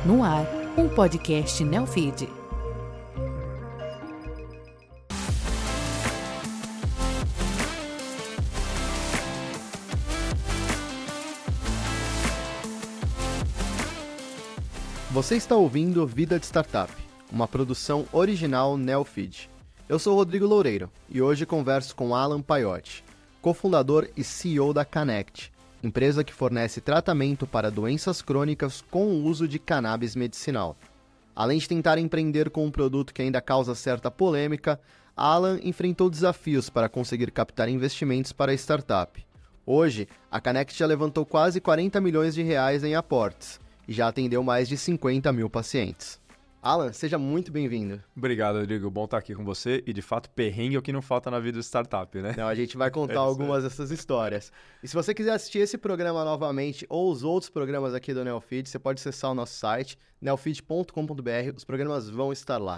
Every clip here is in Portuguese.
No ar, um podcast Neofeed. Você está ouvindo Vida de Startup, uma produção original Neofeed. Eu sou o Rodrigo Loureiro e hoje converso com Alan Paiotti, cofundador e CEO da Connect, empresa que fornece tratamento para doenças crônicas com o uso de cannabis medicinal. Além de tentar empreender com um produto que ainda causa certa polêmica, Alan enfrentou desafios para conseguir captar investimentos para a startup. Hoje, a Connect já levantou quase 40 milhões de reais em aportes e já atendeu mais de 50 mil pacientes. Alan, seja muito bem-vindo. Obrigado, Rodrigo. Bom estar aqui com você. E, de fato, perrengue é o que não falta na vida do startup, né? Não, a gente vai contar algumas dessas histórias. E se você quiser assistir esse programa novamente ou os outros programas aqui do Neofeed, você pode acessar o nosso site, neofeed.com.br. Os programas vão estar lá.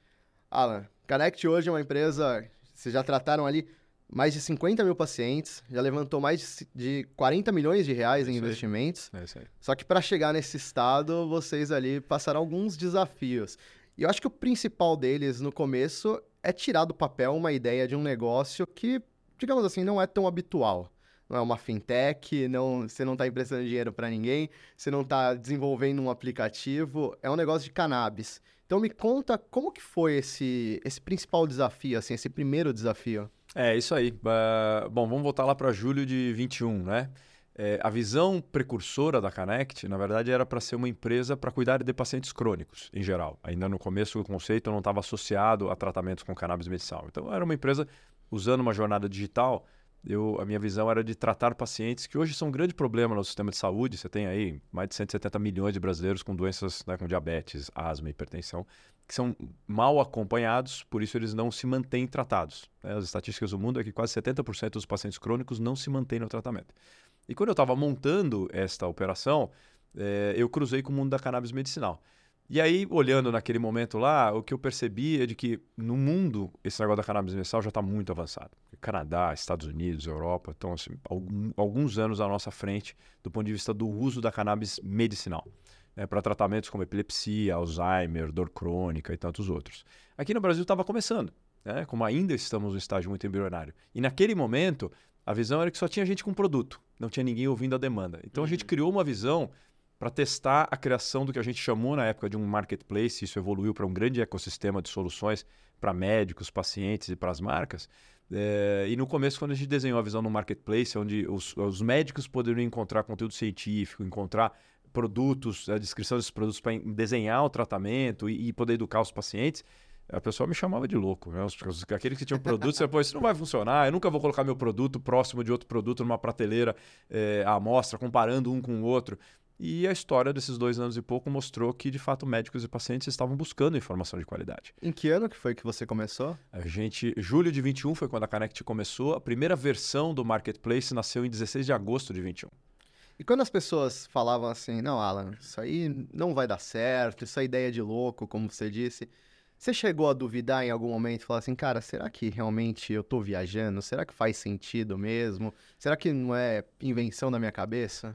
Alan, Connect hoje é uma empresa... Vocês já trataram ali mais de 50 mil pacientes, já levantou mais de 40 milhões de reais em investimentos. É isso aí. Só que para chegar nesse estado, vocês ali passaram alguns desafios. E eu acho que o principal deles no começo é tirar do papel uma ideia de um negócio que, digamos assim, não é tão habitual. Não é uma fintech, você não está emprestando dinheiro para ninguém, você não está desenvolvendo um aplicativo, é um negócio de cannabis. Então me conta como que foi esse principal desafio, assim, esse primeiro desafio. É isso aí. Bom, vamos voltar lá para julho de 21, né? A visão precursora da Connect, na verdade, era para ser uma empresa para cuidar de pacientes crônicos, em geral. Ainda no começo, o conceito não estava associado a tratamentos com cannabis medicinal. Então, era uma empresa usando uma jornada digital. A minha visão era de tratar pacientes que hoje são um grande problema no sistema de saúde. Você tem aí mais de 170 milhões de brasileiros com doenças, né, com diabetes, asma, hipertensão, que são mal acompanhados, por isso eles não se mantêm tratados. As estatísticas do mundo é que quase 70% dos pacientes crônicos não se mantêm no tratamento. E quando eu estava montando esta operação, eu cruzei com o mundo da cannabis medicinal. E aí, olhando naquele momento lá, o que eu percebi é de que no mundo esse negócio da cannabis medicinal já está muito avançado. Canadá, Estados Unidos, Europa estão assim, alguns anos à nossa frente do ponto de vista do uso da cannabis medicinal, né, para tratamentos como epilepsia, Alzheimer, dor crônica e tantos outros. Aqui no Brasil estava começando, né, como ainda estamos no estágio muito embrionário. E naquele momento, a visão era que só tinha gente com produto, não tinha ninguém ouvindo a demanda. Então a gente criou uma visão para testar a criação do que a gente chamou na época de um marketplace. Isso evoluiu para um grande ecossistema de soluções para médicos, pacientes e para as marcas. E no começo, quando a gente desenhou a visão no marketplace, onde os médicos poderiam encontrar conteúdo científico, encontrar produtos, a descrição desses produtos para desenhar o tratamento e poder educar os pacientes, a pessoa me chamava de louco, né? Aqueles que tinham produtos, você, pô, isso não vai funcionar, eu nunca vou colocar meu produto próximo de outro produto numa prateleira à amostra, comparando um com o outro. E a história desses 2 anos e pouco mostrou que, de fato, médicos e pacientes estavam buscando informação de qualidade. Em que ano que foi que você começou? Julho de 21 foi quando a Connect começou. A primeira versão do Marketplace nasceu em 16 de agosto de 21. E quando as pessoas falavam assim, não, Alan, isso aí não vai dar certo, isso é ideia de louco, como você disse, você chegou a duvidar em algum momento e falar assim, cara, será que realmente eu tô viajando? Será que faz sentido mesmo? Será que não é invenção da minha cabeça?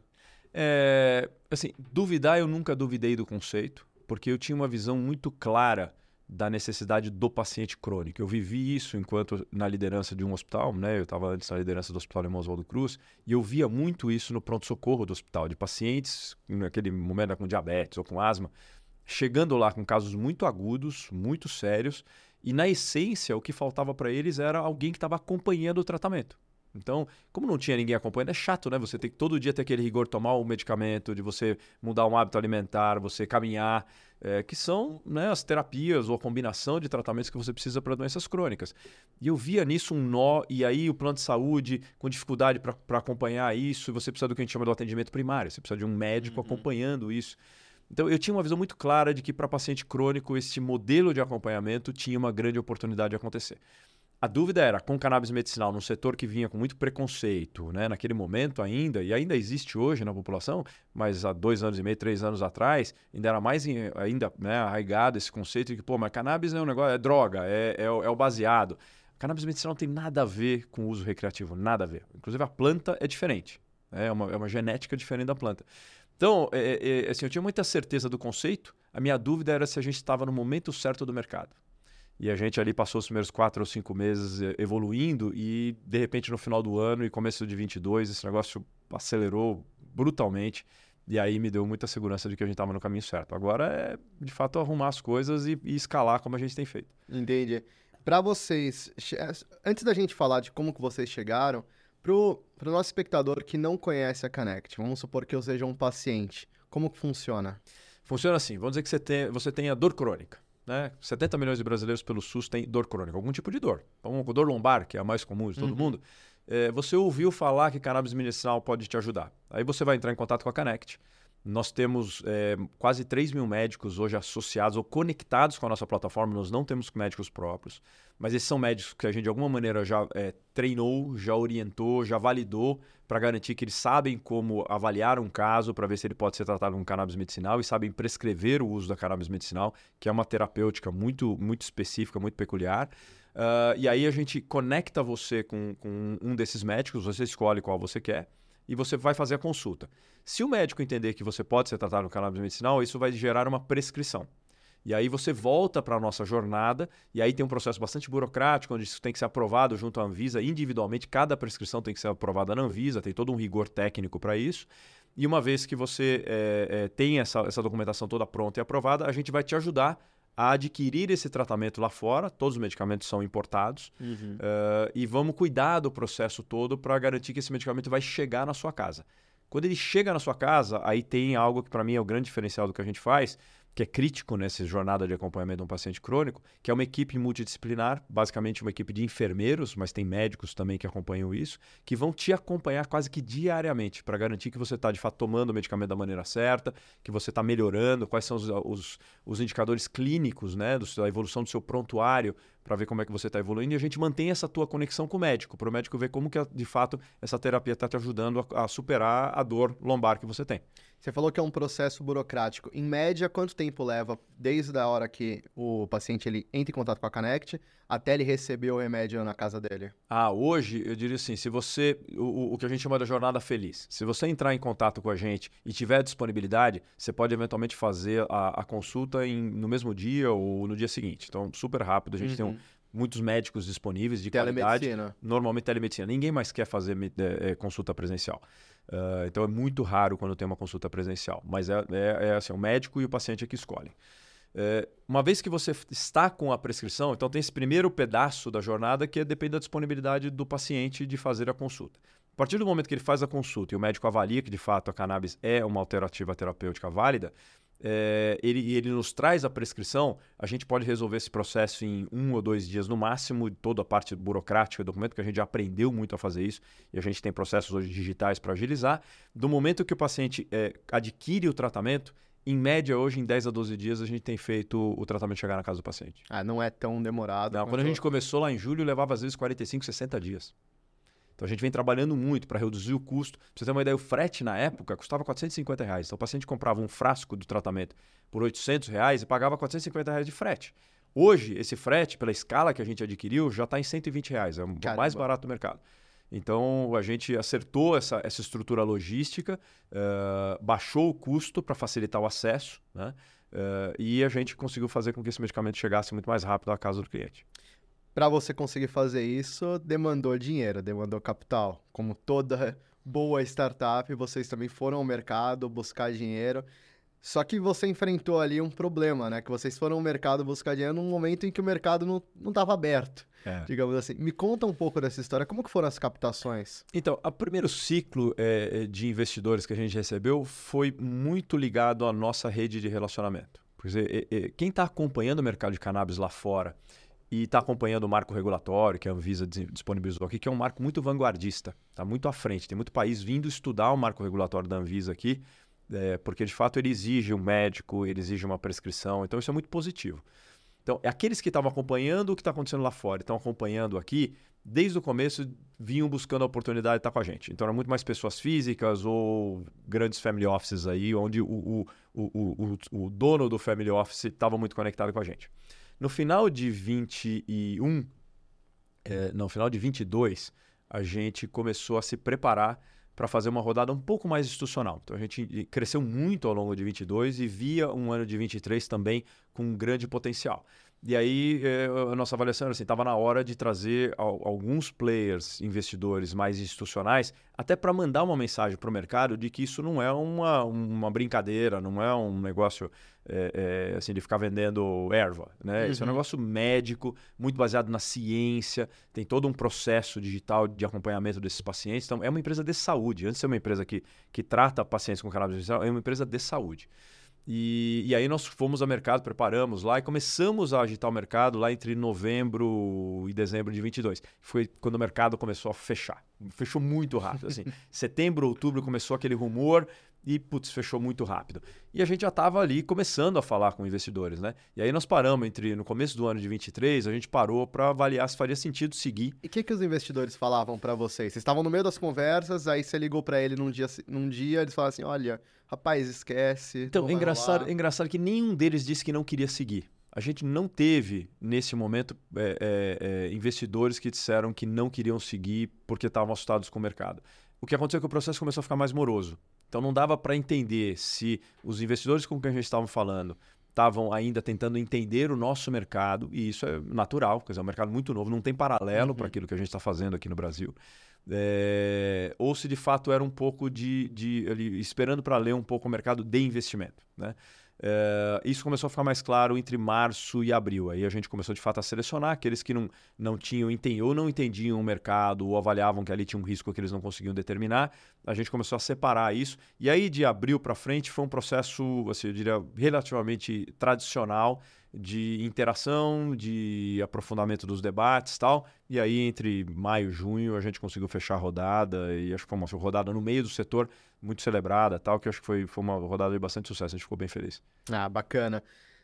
Assim, duvidar eu nunca duvidei do conceito, porque eu tinha uma visão muito clara da necessidade do paciente crônico. Eu vivi isso enquanto na liderança de um hospital, né? Eu estava antes na liderança do Hospital Irmão Oswaldo Cruz, e eu via muito isso no pronto-socorro do hospital, de pacientes, naquele momento com diabetes ou com asma, chegando lá com casos muito agudos, muito sérios, e na essência o que faltava para eles era alguém que estava acompanhando o tratamento. Então, como não tinha ninguém acompanhando, é chato, né? Você tem que todo dia ter aquele rigor, tomar o medicamento, de você mudar um hábito alimentar, você caminhar, que são, né, as terapias ou a combinação de tratamentos que você precisa para doenças crônicas. E eu via nisso um nó, e aí o plano de saúde com dificuldade para acompanhar isso, e você precisa do que a gente chama de atendimento primário, você precisa de um médico acompanhando isso. Então, eu tinha uma visão muito clara de que para paciente crônico esse modelo de acompanhamento tinha uma grande oportunidade de acontecer. A dúvida era, com cannabis medicinal, num setor que vinha com muito preconceito, né, naquele momento ainda, e ainda existe hoje na população, mas há 2 anos e meio, 3 anos atrás, ainda era mais né, arraigado esse conceito de que, pô, mas cannabis é um negócio, é droga, é o baseado. Cannabis medicinal não tem nada a ver com o uso recreativo, nada a ver. Inclusive a planta é diferente, é uma genética diferente da planta. Então, assim, eu tinha muita certeza do conceito, a minha dúvida era se a gente estava no momento certo do mercado. E a gente ali passou os primeiros 4 ou 5 meses evoluindo e, de repente, no final do ano e começo de 22, esse negócio acelerou brutalmente. E aí me deu muita segurança de que a gente estava no caminho certo. Agora é, de fato, arrumar as coisas e escalar como a gente tem feito. Entendi. Para vocês, antes da gente falar de como que vocês chegaram, pro nosso espectador que não conhece a Connect, vamos supor que eu seja um paciente, como que funciona? Funciona assim, vamos dizer que você tenha dor crônica. Né? 70 milhões de brasileiros pelo SUS têm dor crônica, algum tipo de dor. Então, dor lombar, que é a mais comum de todo mundo, você ouviu falar que cannabis medicinal pode te ajudar. Aí você vai entrar em contato com a Connect. Nós temos quase 3 mil médicos hoje associados ou conectados com a nossa plataforma. Nós não temos médicos próprios, mas esses são médicos que a gente de alguma maneira já treinou, já orientou, já validou para garantir que eles sabem como avaliar um caso para ver se ele pode ser tratado com cannabis medicinal e sabem prescrever o uso da cannabis medicinal, que é uma terapêutica muito, muito específica, muito peculiar. E aí a gente conecta você com um desses médicos, você escolhe qual você quer e você vai fazer a consulta. Se o médico entender que você pode ser tratado com cannabis medicinal, isso vai gerar uma prescrição. E aí você volta para a nossa jornada, e aí tem um processo bastante burocrático, onde isso tem que ser aprovado junto à Anvisa individualmente. Cada prescrição tem que ser aprovada na Anvisa, tem todo um rigor técnico para isso. E uma vez que você tem essa documentação toda pronta e aprovada, a gente vai te ajudar a adquirir esse tratamento lá fora. Todos os medicamentos são importados. E vamos cuidar do processo todo para garantir que esse medicamento vai chegar na sua casa. Quando ele chega na sua casa, aí tem algo que para mim é o grande diferencial do que a gente faz, que é crítico nessa jornada de acompanhamento de um paciente crônico, que é uma equipe multidisciplinar, basicamente uma equipe de enfermeiros, mas tem médicos também que acompanham isso, que vão te acompanhar quase que diariamente para garantir que você está, de fato, tomando o medicamento da maneira certa, que você está melhorando, quais são os indicadores clínicos, né, da evolução do seu prontuário, para ver como é que você está evoluindo, e a gente mantém essa tua conexão com o médico, para o médico ver como que, de fato, essa terapia está te ajudando a superar a dor lombar que você tem. Você falou que é um processo burocrático. Em média, quanto tempo leva desde a hora que o paciente ele entra em contato com a Connect até ele receber o remédio na casa dele? Hoje, eu diria assim, se você, o que a gente chama de jornada feliz, se você entrar em contato com a gente e tiver disponibilidade, você pode eventualmente fazer a consulta no mesmo dia ou no dia seguinte. Então, super rápido, a gente tem muitos médicos disponíveis de qualidade. Normalmente telemedicina. Ninguém mais quer fazer consulta presencial. Então é muito raro quando tem uma consulta presencial. Mas é assim, o médico e o paciente é que escolhem. Uma vez que você está com a prescrição, então tem esse primeiro pedaço da jornada que depende da disponibilidade do paciente de fazer a consulta. A partir do momento que ele faz a consulta e o médico avalia que de fato a cannabis é uma alternativa terapêutica válida, ele nos traz a prescrição, a gente pode resolver esse processo em 1 ou 2 dias no máximo, toda a parte burocrática do documento, que a gente já aprendeu muito a fazer isso, e a gente tem processos hoje digitais para agilizar. Do momento que o paciente adquire o tratamento, em média hoje, em 10 a 12 dias, a gente tem feito o tratamento chegar na casa do paciente. Não é tão demorado. Não, quando a gente começou lá em julho, levava às vezes 45, 60 dias. Então a gente vem trabalhando muito para reduzir o custo. Pra você ter uma ideia, o frete na época custava R$450. Então o paciente comprava um frasco do tratamento por R$800 e pagava R$450 de frete. Hoje, esse frete, pela escala que a gente adquiriu, já está em R$120. É o mais barato do mercado. Então a gente acertou essa estrutura logística, baixou o custo para facilitar o acesso, né? E a gente conseguiu fazer com que esse medicamento chegasse muito mais rápido à casa do cliente. Para você conseguir fazer isso, demandou dinheiro, demandou capital. Como toda boa startup, vocês também foram ao mercado buscar dinheiro. Só que você enfrentou ali um problema, né? Que vocês foram ao mercado buscar dinheiro num momento em que o mercado não estava aberto, digamos assim. Me conta um pouco dessa história. Como que foram as captações? Então, o primeiro ciclo de investidores que a gente recebeu foi muito ligado à nossa rede de relacionamento. Porque quem está acompanhando o mercado de cannabis lá fora e está acompanhando o marco regulatório que a Anvisa disponibilizou aqui, que é um marco muito vanguardista, está muito à frente. Tem muito país vindo estudar o marco regulatório da Anvisa aqui, porque de fato ele exige um médico, ele exige uma prescrição, então isso é muito positivo. Então, aqueles que estavam acompanhando o que está acontecendo lá fora, estão acompanhando aqui, desde o começo vinham buscando a oportunidade de estar com a gente. Então, eram muito mais pessoas físicas ou grandes family offices aí, onde o dono do family office estava muito conectado com a gente. No final de 22, a gente começou a se preparar para fazer uma rodada um pouco mais institucional. Então a gente cresceu muito ao longo de 22 e via um ano de 23 também com um grande potencial. E aí a nossa avaliação era assim, estava na hora de trazer alguns players, investidores mais institucionais, até para mandar uma mensagem para o mercado de que isso não é uma brincadeira, não é um negócio assim, de ficar vendendo erva, né? Isso é um negócio médico, muito baseado na ciência, tem todo um processo digital de acompanhamento desses pacientes. Então, é uma empresa de saúde. Antes de ser uma empresa que trata pacientes com cannabis medicinal, é uma empresa de saúde. E aí nós fomos ao mercado, preparamos lá e começamos a agitar o mercado lá entre novembro e dezembro de 22. Foi quando o mercado começou a fechar. Fechou muito rápido. Assim. Setembro, outubro começou aquele rumor e, fechou muito rápido. E a gente já estava ali começando a falar com investidores, né? E aí nós paramos no começo do ano de 23, a gente parou para avaliar se faria sentido seguir. E o que os investidores falavam para vocês? Vocês estavam no meio das conversas, aí você ligou para ele num dia eles falaram assim, olha, rapaz, esquece. Então, é engraçado que nenhum deles disse que não queria seguir. A gente não teve, nesse momento, investidores que disseram que não queriam seguir porque estavam assustados com o mercado. O que aconteceu é que o processo começou a ficar mais moroso. Então não dava para entender se os investidores com quem a gente estava falando estavam ainda tentando entender o nosso mercado, e isso é natural, quer dizer, é um mercado muito novo, não tem paralelo para aquilo que a gente está fazendo aqui no Brasil. Ou se de fato era um pouco esperando para ler um pouco o mercado de investimento, né? Isso começou a ficar mais claro entre março e abril. Aí a gente começou de fato a selecionar aqueles que não tinham ou não entendiam o mercado ou avaliavam que ali tinha um risco que eles não conseguiam determinar. A gente começou a separar isso. E aí de abril para frente foi um processo, assim, eu diria, relativamente tradicional de interação, de aprofundamento dos debates e tal. E aí entre maio e junho a gente conseguiu fechar a rodada e acho que foi uma rodada no meio do setor muito celebrada, tal, que eu acho que foi uma rodada de bastante sucesso, a gente ficou bem feliz. Ah, bacana.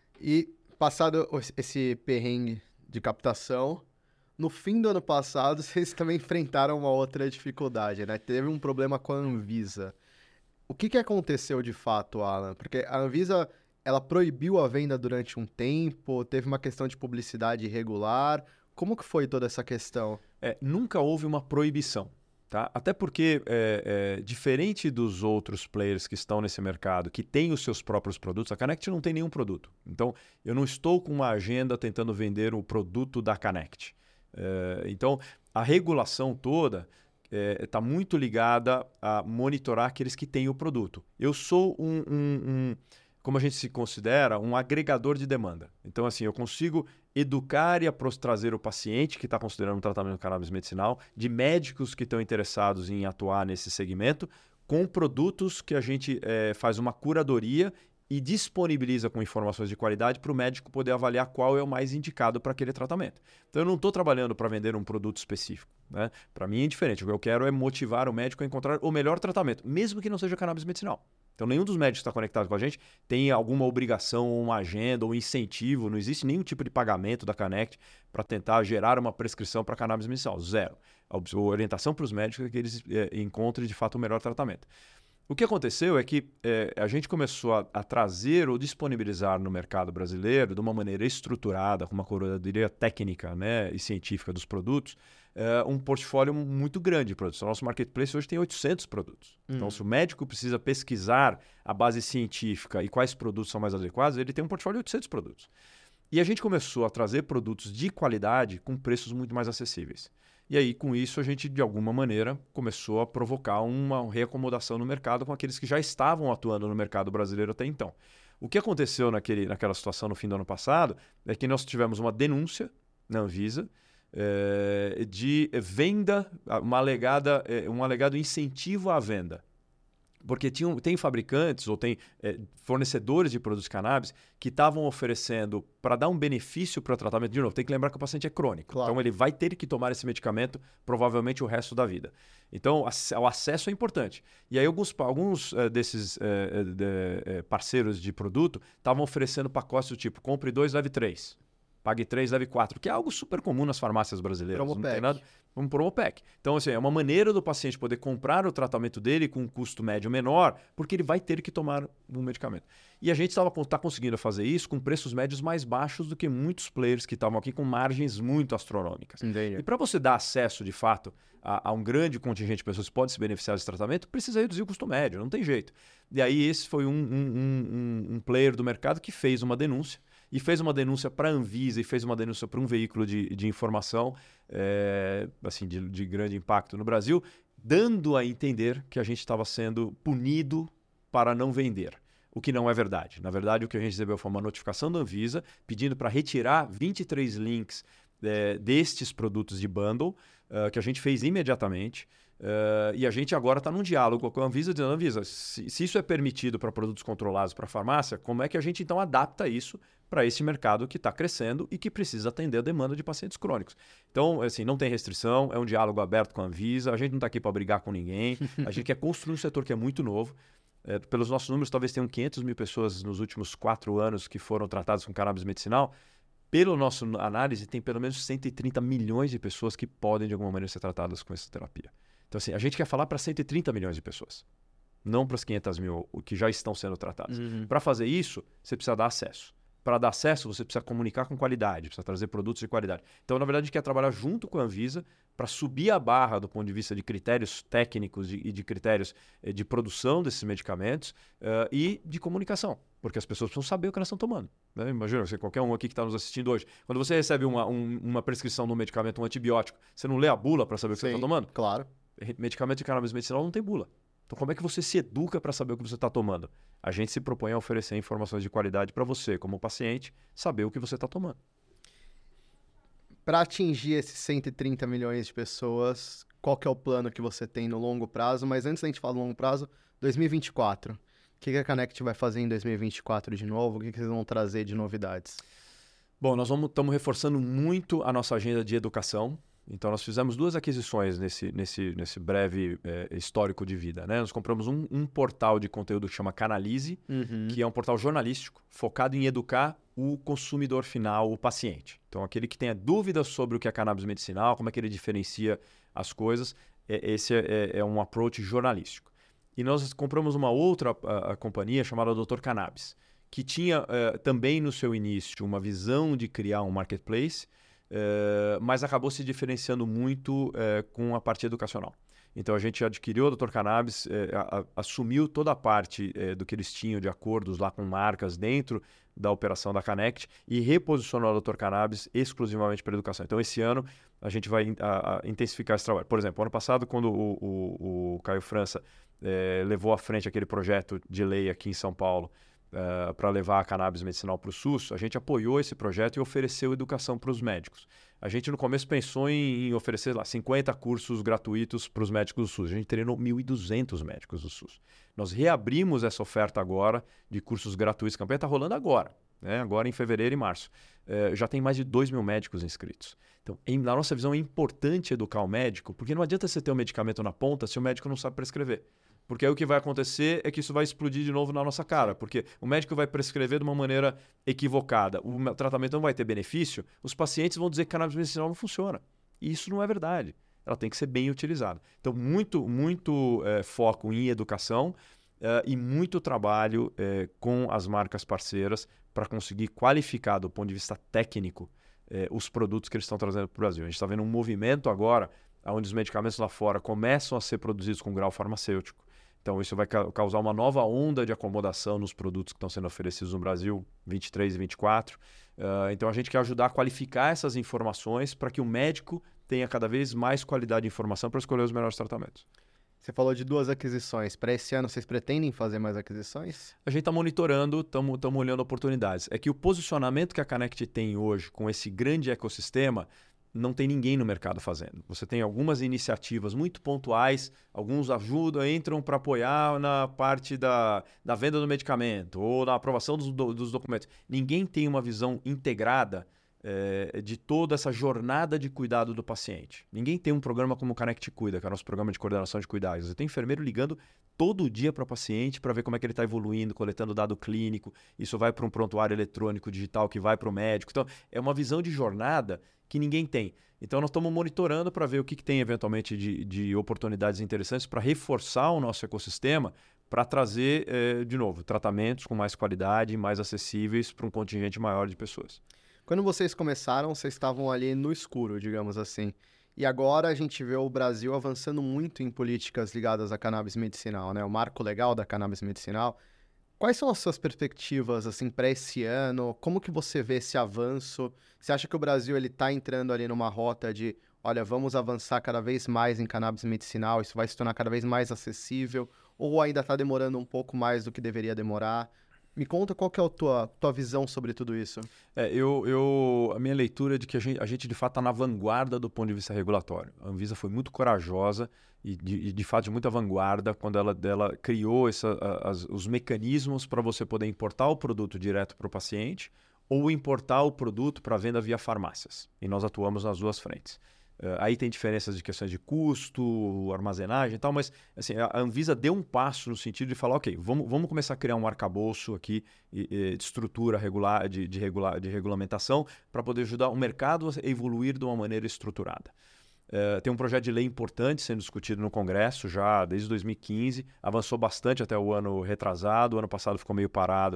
E passado esse perrengue de captação, no fim do ano passado vocês também enfrentaram uma outra dificuldade, né? Teve um problema com a Anvisa. O que aconteceu de fato, Alan? Porque a Anvisa, ela proibiu a venda durante um tempo, teve uma questão de publicidade irregular. Como que foi toda essa questão? Nunca houve uma proibição. Tá? Até porque, diferente dos outros players que estão nesse mercado, que têm os seus próprios produtos, a Connect não tem nenhum produto. Então, eu não estou com uma agenda tentando vender o produto da Connect. Então, a regulação toda está muito ligada a monitorar aqueles que têm o produto. Eu sou como a gente se considera, um agregador de demanda. Então, assim, eu consigo educar e trazer o paciente que está considerando um tratamento de cannabis medicinal, de médicos que estão interessados em atuar nesse segmento, com produtos que a gente faz uma curadoria e disponibiliza com informações de qualidade para o médico poder avaliar qual é o mais indicado para aquele tratamento. Então, eu não estou trabalhando para vender um produto específico, né? Para mim é indiferente. O que eu quero é motivar o médico a encontrar o melhor tratamento, mesmo que não seja cannabis medicinal. Então, nenhum dos médicos que está conectado com a gente tem alguma obrigação, uma agenda ou incentivo. Não existe nenhum tipo de pagamento da Connect para tentar gerar uma prescrição para cannabis medicinal. Zero. A orientação para os médicos é que eles encontrem, de fato, o melhor tratamento. O que aconteceu é que a gente começou a trazer ou disponibilizar no mercado brasileiro, de uma maneira estruturada, com uma curadoria técnica, né, e científica dos produtos, um portfólio muito grande de produtos. O nosso marketplace hoje tem 800 produtos. Então, se o médico precisa pesquisar a base científica e quais produtos são mais adequados, ele tem um portfólio de 800 produtos. E a gente começou a trazer produtos de qualidade com preços muito mais acessíveis. E aí, com isso, a gente, de alguma maneira, começou a provocar uma reacomodação no mercado com aqueles que já estavam atuando no mercado brasileiro até então. O que aconteceu naquela situação no fim do ano passado é que nós tivemos uma denúncia na Anvisa de venda, um alegado incentivo à venda. Porque tem fabricantes ou tem fornecedores de produtos de cannabis que estavam oferecendo para dar um benefício para o tratamento. De novo, tem que lembrar que o paciente é crônico. Claro. Então, ele vai ter que tomar esse medicamento provavelmente o resto da vida. Então, o acesso é importante. E aí, alguns desses parceiros de produto estavam oferecendo pacotes do tipo, compre 2, leve 3. Pague 3, leve 4, que é algo super comum nas farmácias brasileiras. Não tem nada. Um Promopec. Então, assim, é uma maneira do paciente poder comprar o tratamento dele com um custo médio menor, porque ele vai ter que tomar um medicamento. E a gente tá conseguindo fazer isso com preços médios mais baixos do que muitos players que estavam aqui com margens muito astronômicas. Entendi. E para você dar acesso, de fato, a um grande contingente de pessoas que podem se beneficiar desse tratamento, precisa reduzir o custo médio, não tem jeito. E aí esse foi um player do mercado que fez uma denúncia, e fez uma denúncia para a Anvisa e fez uma denúncia para um veículo de informação assim, de grande impacto no Brasil, dando a entender que a gente estava sendo punido para não vender. O que não é verdade. Na verdade, o que a gente recebeu foi uma notificação da Anvisa pedindo para retirar 23 links destes produtos de bundle, que a gente fez imediatamente. E a gente agora está num diálogo com a Anvisa, dizendo, Anvisa, se isso é permitido para produtos controlados para a farmácia, como é que a gente então adapta isso para esse mercado que está crescendo e que precisa atender a demanda de pacientes crônicos? Então, assim, não tem restrição, é um diálogo aberto com a Anvisa, a gente não está aqui para brigar com ninguém, a gente quer construir um setor que é muito novo. Pelos nossos números, talvez tenham 500 mil pessoas nos últimos 4 anos que foram tratadas com cannabis medicinal. Pela nossa análise, tem pelo menos 130 milhões de pessoas que podem, de alguma maneira, ser tratadas com essa terapia. Então, assim, a gente quer falar para 130 milhões de pessoas, não para as 500 mil que já estão sendo tratadas. Para fazer isso, você precisa dar acesso. Para dar acesso, você precisa comunicar com qualidade, precisa trazer produtos de qualidade. Então, na verdade, a gente quer trabalhar junto com a Anvisa para subir a barra do ponto de vista de critérios técnicos e de critérios de produção desses medicamentos e de comunicação, porque as pessoas precisam saber o que elas estão tomando. Né? Imagina, qualquer um aqui que está nos assistindo hoje, quando você recebe uma prescrição de um medicamento, um antibiótico, você não lê a bula para saber o que você está tomando? Claro. Medicamento de cannabis medicinal não tem bula. Então, como é que você se educa para saber o que você está tomando? A gente se propõe a oferecer informações de qualidade para você, como paciente, saber o que você está tomando. Para atingir esses 130 milhões de pessoas, qual que é o plano que você tem no longo prazo? Mas antes da gente falar do longo prazo, 2024. O que a Connect vai fazer em 2024 de novo? O que vocês vão trazer de novidades? Bom, nós estamos reforçando muito a nossa agenda de educação. Então, nós fizemos 2 aquisições nesse breve histórico de vida. Né? Nós compramos um portal de conteúdo que chama Canalize, que é um portal jornalístico focado em educar o consumidor final, o paciente. Então, aquele que tenha dúvidas sobre o que é cannabis medicinal, como é que ele diferencia as coisas, esse é um approach jornalístico. E nós compramos uma outra companhia chamada Dr. Cannabis, que tinha também no seu início uma visão de criar um marketplace, mas acabou se diferenciando muito com a parte educacional. Então a gente adquiriu o Dr. Cannabis, assumiu toda a parte do que eles tinham de acordos lá com marcas dentro da operação da Connect e reposicionou o Dr. Cannabis exclusivamente para a educação. Então esse ano a gente vai intensificar esse trabalho. Por exemplo, ano passado, quando o Caio França levou à frente aquele projeto de lei aqui em São Paulo, para levar a cannabis medicinal para o SUS, a gente apoiou esse projeto e ofereceu educação para os médicos. A gente no começo pensou em oferecer lá 50 cursos gratuitos para os médicos do SUS. A gente treinou 1.200 médicos do SUS. Nós reabrimos essa oferta agora de cursos gratuitos. A campanha está rolando agora, né? Agora em fevereiro e março. Já tem mais de 2 mil médicos inscritos. Então, na nossa visão, é importante educar o médico, porque não adianta você ter um medicamento na ponta se o médico não sabe prescrever. Porque aí o que vai acontecer é que isso vai explodir de novo na nossa cara. Porque o médico vai prescrever de uma maneira equivocada. O tratamento não vai ter benefício. Os pacientes vão dizer que cannabis medicinal não funciona. E isso não é verdade. Ela tem que ser bem utilizada. Então, muito foco em educação e muito trabalho com as marcas parceiras para conseguir qualificar do ponto de vista técnico os produtos que eles estão trazendo para o Brasil. A gente está vendo um movimento agora onde os medicamentos lá fora começam a ser produzidos com grau farmacêutico. Então, isso vai causar uma nova onda de acomodação nos produtos que estão sendo oferecidos no Brasil, 23 e 24. Então, a gente quer ajudar a qualificar essas informações para que o médico tenha cada vez mais qualidade de informação para escolher os melhores tratamentos. Você falou de 2 aquisições. Para esse ano, vocês pretendem fazer mais aquisições? A gente está monitorando, estamos olhando oportunidades. É que o posicionamento que a Connect tem hoje com esse grande ecossistema não tem ninguém no mercado fazendo. Você tem algumas iniciativas muito pontuais, alguns ajudam, entram para apoiar na parte da venda do medicamento ou na aprovação dos documentos. Ninguém tem uma visão integrada de toda essa jornada de cuidado do paciente. Ninguém tem um programa como o Connect Cuida, que é o nosso programa de coordenação de cuidados. Você tem enfermeiro ligando todo dia para o paciente para ver como é que ele está evoluindo, coletando dado clínico. Isso vai para um prontuário eletrônico digital que vai para o médico. Então, é uma visão de jornada que ninguém tem. Então, nós estamos monitorando para ver o que tem eventualmente de oportunidades interessantes para reforçar o nosso ecossistema, para trazer, de novo, tratamentos com mais qualidade e mais acessíveis para um contingente maior de pessoas. Quando vocês começaram, vocês estavam ali no escuro, digamos assim. E agora a gente vê o Brasil avançando muito em políticas ligadas à cannabis medicinal, né? O marco legal da cannabis medicinal. Quais são as suas perspectivas assim para esse ano? Como que você vê esse avanço? Você acha que o Brasil ele está entrando ali numa rota de, olha, vamos avançar cada vez mais em cannabis medicinal, isso vai se tornar cada vez mais acessível? Ou ainda está demorando um pouco mais do que deveria demorar? Me conta qual que é a tua visão sobre tudo isso. A minha leitura é de que a gente de fato está na vanguarda do ponto de vista regulatório. A Anvisa foi muito corajosa e de fato de muita vanguarda quando ela criou os mecanismos para você poder importar o produto direto para o paciente ou importar o produto para venda via farmácias. E nós atuamos nas duas frentes. Aí tem diferenças de questões de custo, armazenagem e tal, mas assim, a Anvisa deu um passo no sentido de falar, ok, vamos começar a criar um arcabouço aqui de estrutura de regulamentação para poder ajudar o mercado a evoluir de uma maneira estruturada. Tem um projeto de lei importante sendo discutido no Congresso já desde 2015, avançou bastante até o ano retrasado, o ano passado ficou meio parado,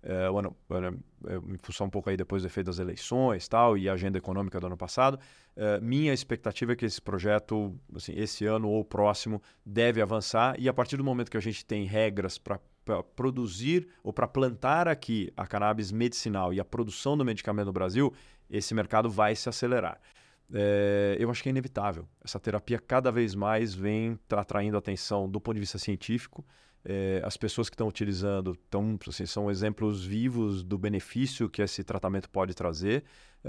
em função um pouco aí depois do efeito das eleições tal, e a agenda econômica do ano passado. Minha expectativa é que esse projeto, assim, esse ano ou próximo, deve avançar e a partir do momento que a gente tem regras para produzir ou para plantar aqui a cannabis medicinal e a produção do medicamento no Brasil, esse mercado vai se acelerar. Eu acho que é inevitável. Essa terapia cada vez mais vem atraindo atenção do ponto de vista científico. As pessoas que estão utilizando assim, são exemplos vivos do benefício que esse tratamento pode trazer.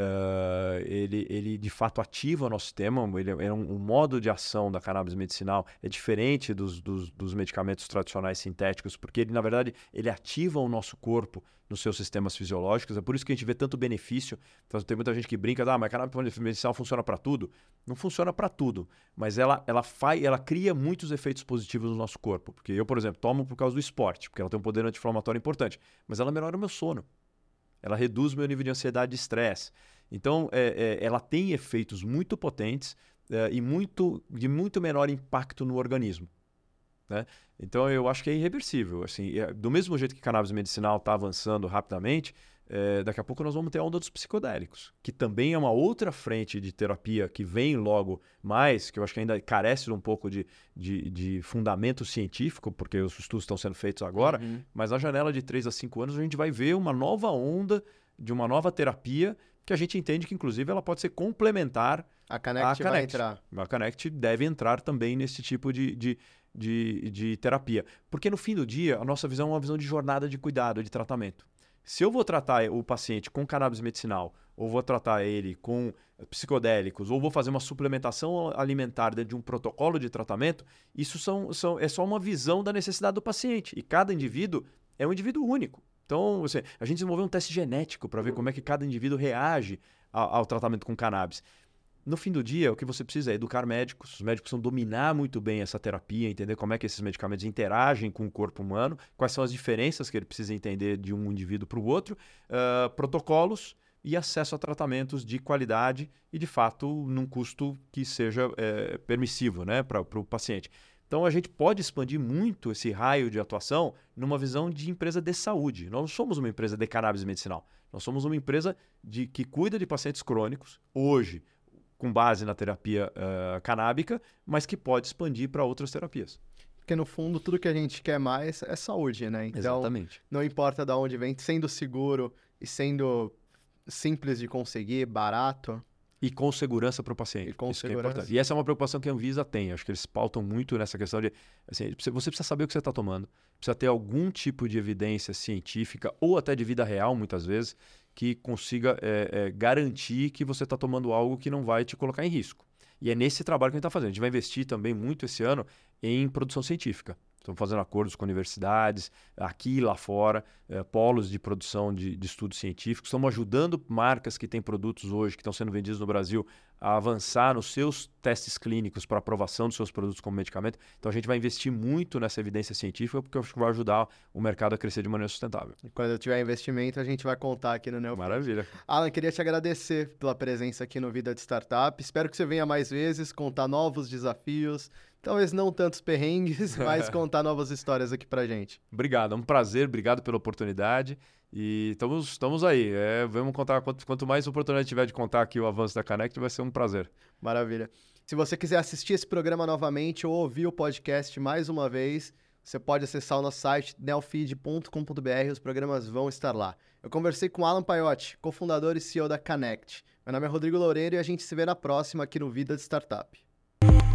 Ele de fato ativa o nosso sistema. Um modo de ação da cannabis medicinal é diferente dos medicamentos tradicionais sintéticos, porque ele, na verdade, ele ativa o nosso corpo nos seus sistemas fisiológicos. É por isso que a gente vê tanto benefício. Então, tem muita gente que brinca, mas a cannabis medicinal funciona para tudo. Não funciona para tudo, mas ela cria muitos efeitos positivos no nosso corpo. Porque eu, por exemplo, tomo por causa do esporte, porque ela tem um poder anti-inflamatório importante, mas ela melhora o meu sono. Ela reduz o meu nível de ansiedade e estresse. Então, ela tem efeitos muito potentes e de muito menor impacto no organismo. Né? Então, eu acho que é irreversível. Assim, do mesmo jeito que a cannabis medicinal está avançando rapidamente, daqui a pouco nós vamos ter a onda dos psicodélicos, que também é uma outra frente de terapia que vem logo mais, que eu acho que ainda carece um pouco de fundamento científico, porque os estudos estão sendo feitos agora, mas na janela de 3 a 5 anos a gente vai ver uma nova onda de uma nova terapia que a gente entende que, inclusive, ela pode ser complementar à Connect. Vai entrar. A Connect deve entrar também nesse tipo de terapia. Porque, no fim do dia, a nossa visão é uma visão de jornada de cuidado, de tratamento. Se eu vou tratar o paciente com cannabis medicinal, ou vou tratar ele com psicodélicos, ou vou fazer uma suplementação alimentar dentro de um protocolo de tratamento, isso é só uma visão da necessidade do paciente. E cada indivíduo é um indivíduo único. Então, a gente desenvolveu um teste genético para ver como é que cada indivíduo reage ao tratamento com cannabis. No fim do dia, o que você precisa é educar médicos. Os médicos precisam dominar muito bem essa terapia, entender como é que esses medicamentos interagem com o corpo humano, quais são as diferenças que ele precisa entender de um indivíduo para o outro, protocolos e acesso a tratamentos de qualidade e, de fato, num custo que seja permissivo, né, para o paciente. Então, a gente pode expandir muito esse raio de atuação numa visão de empresa de saúde. Nós não somos uma empresa de cannabis medicinal. Nós somos uma empresa que cuida de pacientes crônicos, hoje, com base na terapia canábica, mas que pode expandir para outras terapias. Porque, no fundo, tudo que a gente quer mais é saúde, né? Então, exatamente. Não importa de onde vem, sendo seguro e sendo simples de conseguir, barato. E com segurança para o paciente. Isso que é importante. E essa é uma preocupação que a Anvisa tem. Acho que eles pautam muito nessa questão de... Assim, você precisa saber o que você está tomando. Precisa ter algum tipo de evidência científica ou até de vida real, muitas vezes, que consiga garantir que você está tomando algo que não vai te colocar em risco. E é nesse trabalho que a gente está fazendo. A gente vai investir também muito esse ano em produção científica. Estamos fazendo acordos com universidades, aqui e lá fora, polos de produção de estudos científicos. Estamos ajudando marcas que têm produtos hoje, que estão sendo vendidos no Brasil, a avançar nos seus testes clínicos para aprovação dos seus produtos como medicamento. Então, a gente vai investir muito nessa evidência científica, porque eu acho que vai ajudar o mercado a crescer de maneira sustentável. E quando tiver investimento, a gente vai contar aqui no Neofeed. Maravilha. Alan, queria te agradecer pela presença aqui no Vida de Startup. Espero que você venha mais vezes, contar novos desafios, talvez não tantos perrengues, mas contar novas histórias aqui pra gente. Obrigado, é um prazer, obrigado pela oportunidade. E estamos aí. Vamos contar, quanto mais oportunidade tiver de contar aqui o avanço da Connect, vai ser um prazer. Maravilha. Se você quiser assistir esse programa novamente ou ouvir o podcast mais uma vez, você pode acessar o nosso site neofeed.com.br, os programas vão estar lá. Eu conversei com Alan Paiotti, cofundador e CEO da Connect. Meu nome é Rodrigo Loureiro e a gente se vê na próxima aqui no Vida de Startup.